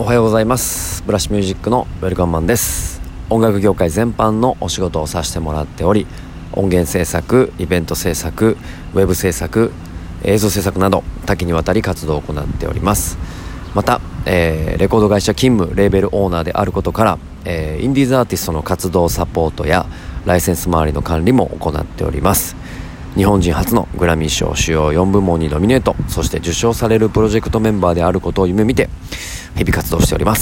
はようございます。ブラッシュミュージックのウェルカムマンです。音楽業界全般のお仕事をさせてもらっており、音源制作、イベント制作、ウェブ制作、映像制作など多岐にわたり活動を行っております。また、レコード会社勤務、レーベルオーナーであることから、インディーズアーティストの活動サポートやライセンス周りの管理も行っております。日本人初のグラミー賞主要4部門にノミネート、そして受賞されるプロジェクトメンバーであることを夢見て日々活動しております。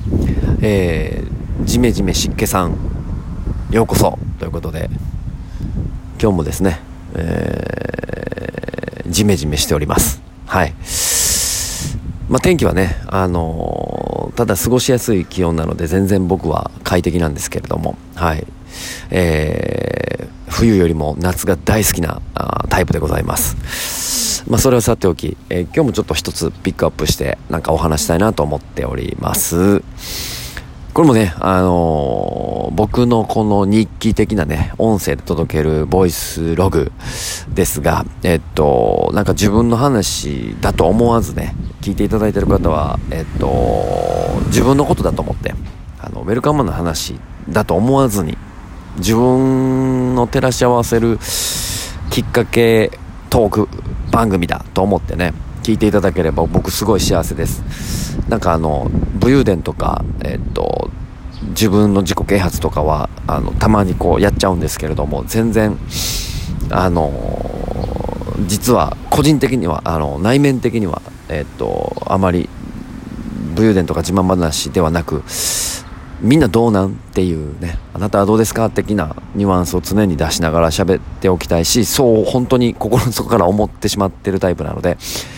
ジメジメ湿気さん、ようこそということで、今日もですね、ジメジメしております。はい。天気はね、ただ過ごしやすい気温なので全然僕は快適なんですけれども、はい。冬よりも夏が大好きなタイプでございます。それはさておき、今日もちょっと一つピックアップしてお話したいなと思っております。これもね、僕のこの日記的なね、音声で届けるボイスログですが、自分の話だと思わずね、聞いていただいている方は、自分のことだと思って、ウェルカムマンの話だと思わずに、自分の照らし合わせるきっかけトーク番組だと思ってね、聞いていただければ僕すごい幸せです。武勇伝とか、自分の自己啓発とかはたまにこうやっちゃうんですけれども、全然実は個人的には内面的にはあまり武勇伝とか自慢話ではなく、みんなどうなんっていうね、あなたはどうですか的なニュアンスを常に出しながら喋っておきたいし、そう本当に心の底から思ってしまってるタイプなので、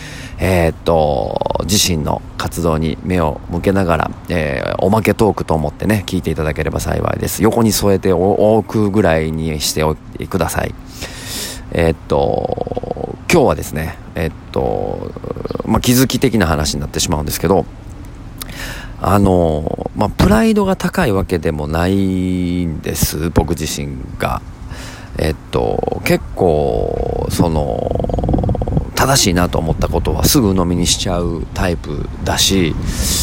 自身の活動に目を向けながら、おまけトークと思ってね、聞いていただければ幸いです。横に添えておくぐらいにしておいてください。今日はですね、気づき的な話になってしまうんですけど、プライドが高いわけでもないんです、僕自身が。結構正しいなと思ったことはすぐ鵜呑みにしちゃうタイプだし、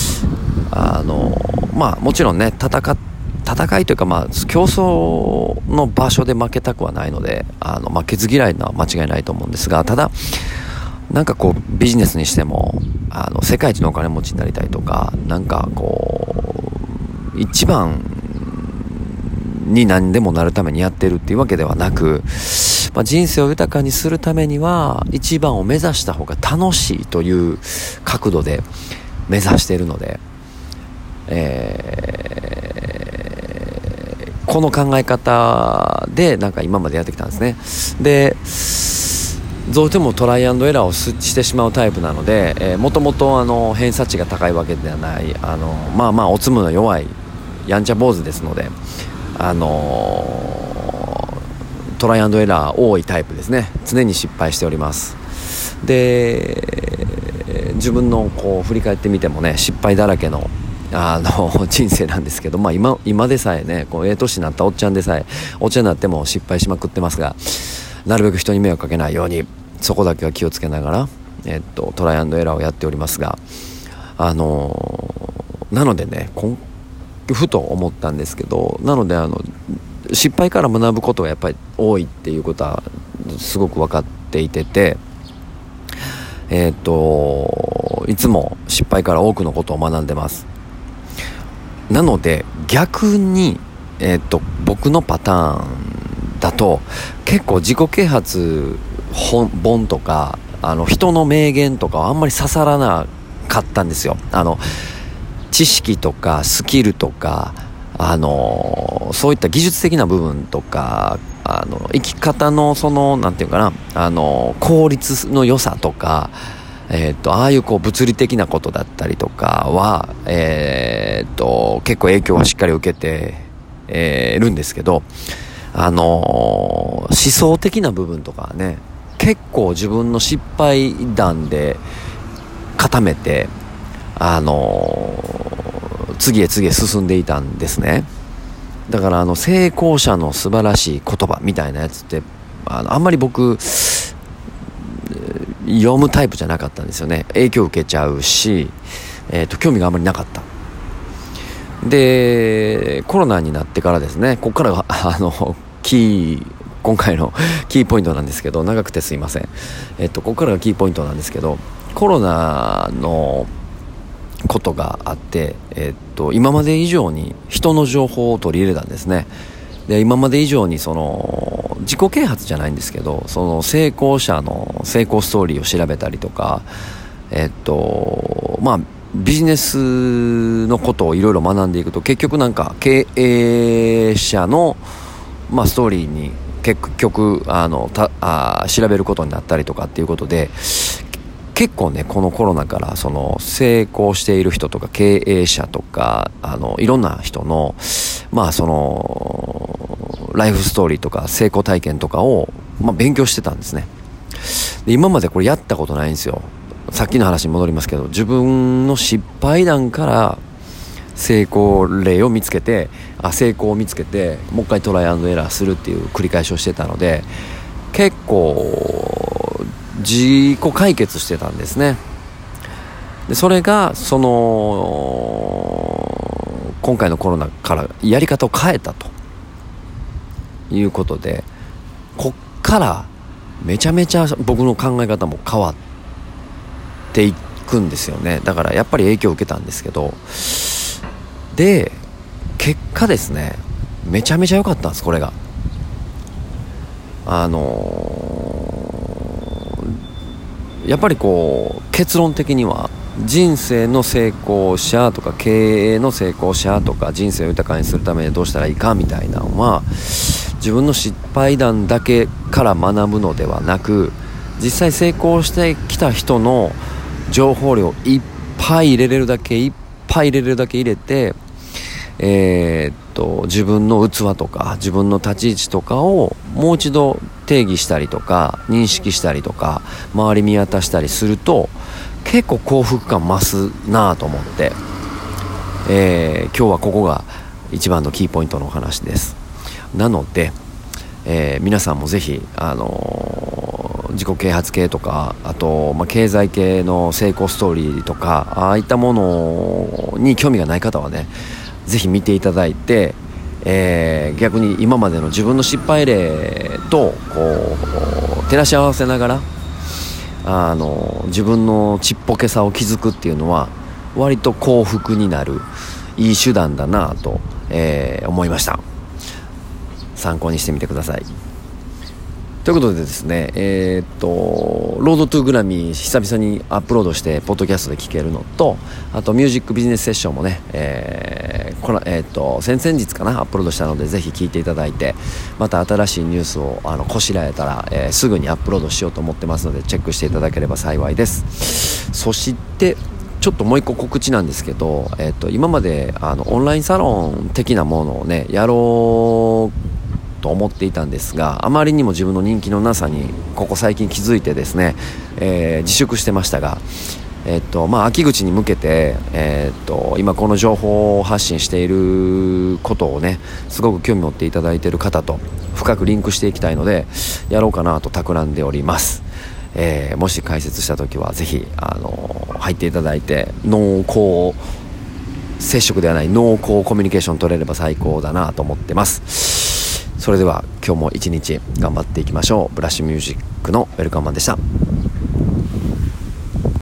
もちろんね、戦いというか競争の場所で負けたくはないので、負けず嫌いなのは間違いないと思うんですが、ただビジネスにしても世界一のお金持ちになりたいとか、一番に何でもなるためにやってるっていうわけではなく、人生を豊かにするためには一番を目指した方が楽しいという角度で目指しているので、この考え方で今までやってきたんですね。で、どうしてもトライアンドエラーをしてしまうタイプなので、もともと偏差値が高いわけではない、おつむの弱いやんちゃ坊主ですので、トライアンドエラー多いタイプですね。常に失敗しております。で、自分の振り返ってみてもね、失敗だらけの人生なんですけど、今でさえね、年になったおっちゃんでさえ、おっちゃんになっても失敗しまくってますが、なるべく人に迷惑かけないようにそこだけは気をつけながら、トライアンドエラーをやっておりますが、なのでね、ふと思ったんですけど、なので失敗から学ぶことがやっぱり多いっていうことはすごく分かっていて、いつも失敗から多くのことを学んでます。なので逆に、僕のパターンだと結構自己啓発本とか人の名言とかはあんまり刺さらなかったんですよ。知識とかスキルとかそういった技術的な部分とか生き方のなんていうかな、効率の良さとか、ああいう物理的なことだったりとかは結構影響はしっかり受けて、るんですけど、思想的な部分とかはね、結構自分の失敗談で固めて次へ次へ進んでいたんですね。だから成功者の素晴らしい言葉みたいなやつってあんまり僕読むタイプじゃなかったんですよね。影響受けちゃうし、 興味があまりなかった。でコロナになってからですね、ここからが今回のキーポイントなんですけど、長くてすいません。ここからがキーポイントなんですけど、コロナのことがあって、今まで以上に人の情報を取り入れたんですね。で今まで以上にその自己啓発じゃないんですけど、その成功者の成功ストーリーを調べたりとか、ビジネスのことをいろいろ学んでいくと、結局なんか経営者の、ストーリーに結局調べることになったりとかっていうことで、結構ねこのコロナからその成功している人とか経営者とかいろんな人のそのライフストーリーとか成功体験とかを勉強してたんですね。で今までこれやったことないんですよ。さっきの話に戻りますけど、自分の失敗談から成功例を見つけて成功を見つけてもう一回トライアンドエラーするっていう繰り返しをしてたので、結構自己解決してたんですね。でそれがその今回のコロナからやり方を変えたということで、こっからめちゃめちゃ僕の考え方も変わっていくんですよね。だからやっぱり影響を受けたんですけど、で結果ですね、めちゃめちゃ良かったんです。これがやっぱりこう結論的には人生の成功者とか経営の成功者とか人生を豊かにするためにどうしたらいいかみたいなのは、自分の失敗談だけから学ぶのではなく、実際成功してきた人の情報量いっぱい入れれるだけ入れて、自分の器とか自分の立ち位置とかをもう一度定義したりとか認識したりとか周り見渡したりすると結構幸福感増すなと思って、今日はここが一番のキーポイントのお話です。なので、皆さんもぜひ自己啓発系とか、あと、経済系の成功ストーリーとか、ああいったものに興味がない方はね、ぜひ見ていただいて、逆に今までの自分の失敗例とこう照らし合わせながら自分のちっぽけさを気づくっていうのは割と幸福になるいい手段だなと、思いました。参考にしてみてください。ということでですね、ロードトゥーグラミー久々にアップロードしてポッドキャストで聴けるのと、あとミュージックビジネスセッションもね、先々日かなアップロードしたので、ぜひ聴いていただいて、また新しいニュースをこしらえたら、すぐにアップロードしようと思ってますので、チェックしていただければ幸いです。そしてちょっともう一個告知なんですけど、今までオンラインサロン的なものをねやろうと思っていたんですが、あまりにも自分の人気のなさにここ最近気づいてですね、自粛してましたが、秋口に向けて、今この情報を発信していることをねすごく興味持っていただいている方と深くリンクしていきたいのでやろうかなと企んでおります。もし解説した時はぜひ入っていただいて、濃厚接触ではない濃厚コミュニケーション取れれば最高だなと思ってます。それでは今日も一日頑張っていきましょう。ブラッシュミュージックのウェルカムマンでした。